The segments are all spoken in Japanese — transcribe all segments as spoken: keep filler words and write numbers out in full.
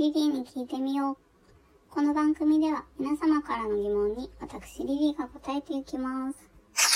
リリーに聞いてみよう。この番組では皆様からの疑問に私リリーが答えていきます。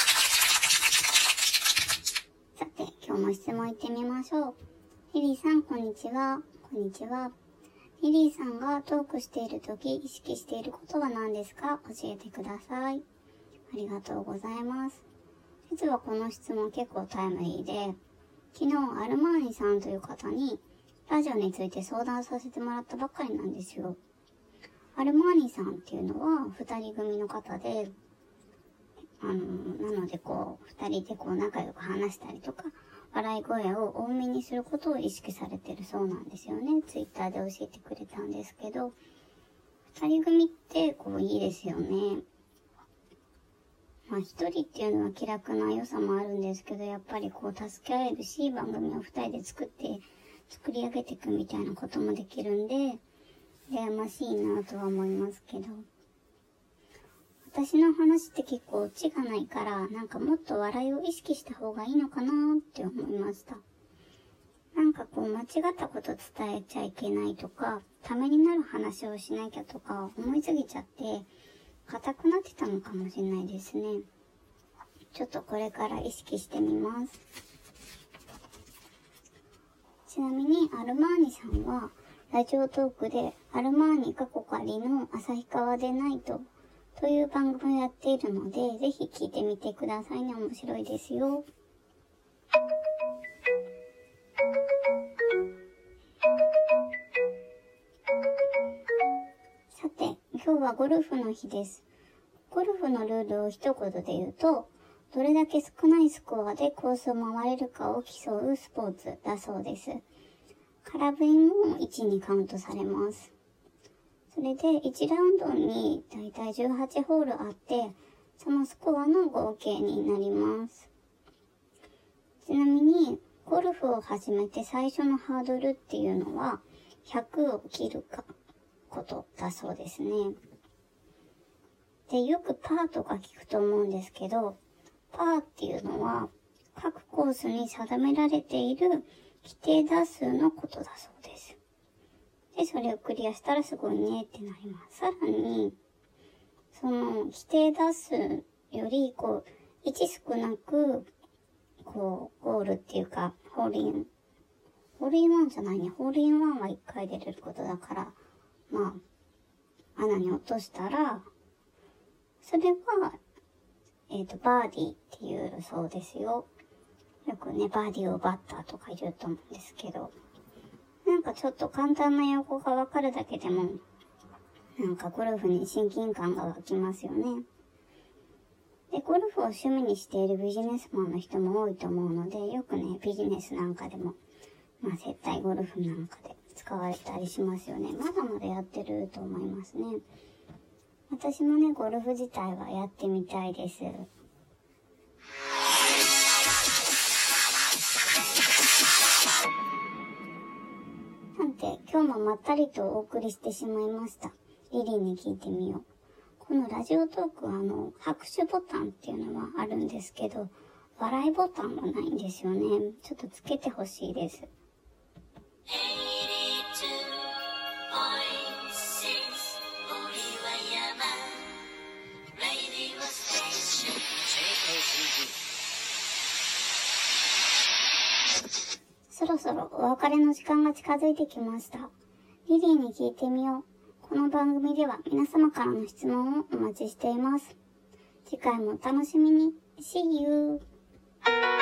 さて、今日も質問いってみましょう。リリーさん、こんにちは。こんにちは。リリーさんがトークしているとき意識していることは何ですか？教えてください。ありがとうございます。実はこの質問結構タイムリーで、昨日アルマーニさんという方にラジオについて相談させてもらったばっかりなんですよ。アルマーニさんっていうのは二人組の方で、あの、なのでこう、二人でこう仲良く話したりとか、笑い声を多めにすることを意識されてるそうなんですよね。ツイッターで教えてくれたんですけど、二人組ってこういいですよね。まあ一人っていうのは気楽な良さもあるんですけど、やっぱりこう助け合えるし、番組を二人で作って、作り上げていくみたいなこともできるんで、羨ましいなとは思いますけど。私の話って結構オチがないから、なんかもっと笑いを意識した方がいいのかなって思いました。なんかこう間違ったこと伝えちゃいけないとか、ためになる話をしなきゃとか思いすぎちゃって、硬くなってたのかもしれないですね。ちょっとこれから意識してみます。ちなみにアルマーニさんはラジオトークでアルマーニ過去仮の旭川でナイトという番組をやっているので、ぜひ聞いてみてくださいね。面白いですよ。さて、今日はゴルフの日です。ゴルフのルールを一言で言うと、どれだけ少ないスコアでコースを回れるかを競うスポーツだそうです。空振りもいちにカウントされます。それでいちラウンドにだいたいじゅうはちホールあって、そのスコアの合計になります。ちなみに、ゴルフを始めて最初のハードルっていうのは、ひゃくを切るかことだそうですね。で、よくパーとか聞くと思うんですけど、パーっていうのは各コースに定められている規定打数のことだそうです。で、それをクリアしたらすごいねってなります。さらに、その規定打数より、こう、いち少なく、こう、ゴールっていうか、ホールイン、ホールインワンじゃないね。ホールインワンはいっかい出れることだから、まあ、穴に落としたら、それは、えっと、バーディーっていうそうですよ。よくね、バーディーをバッターとか言うと思うんですけど、なんかちょっと簡単な用語がわかるだけでも、なんかゴルフに親近感が湧きますよね。で、ゴルフを趣味にしているビジネスマンの人も多いと思うので、よくね、ビジネスなんかでも、まあ接待ゴルフなんかで使われたりしますよね。まだまだやってると思いますね。私もね、ゴルフ自体はやってみたいです。なんて、今日もまったりとお送りしてしまいました。リリーに聞いてみよう。このラジオトークはあの、拍手ボタンっていうのはあるんですけど、笑いボタンはないんですよね。ちょっとつけてほしいです。そろそろお別れの時間が近づいてきました。リリーに聞いてみよう。この番組では皆様からの質問をお待ちしています。次回もお楽しみに。See you!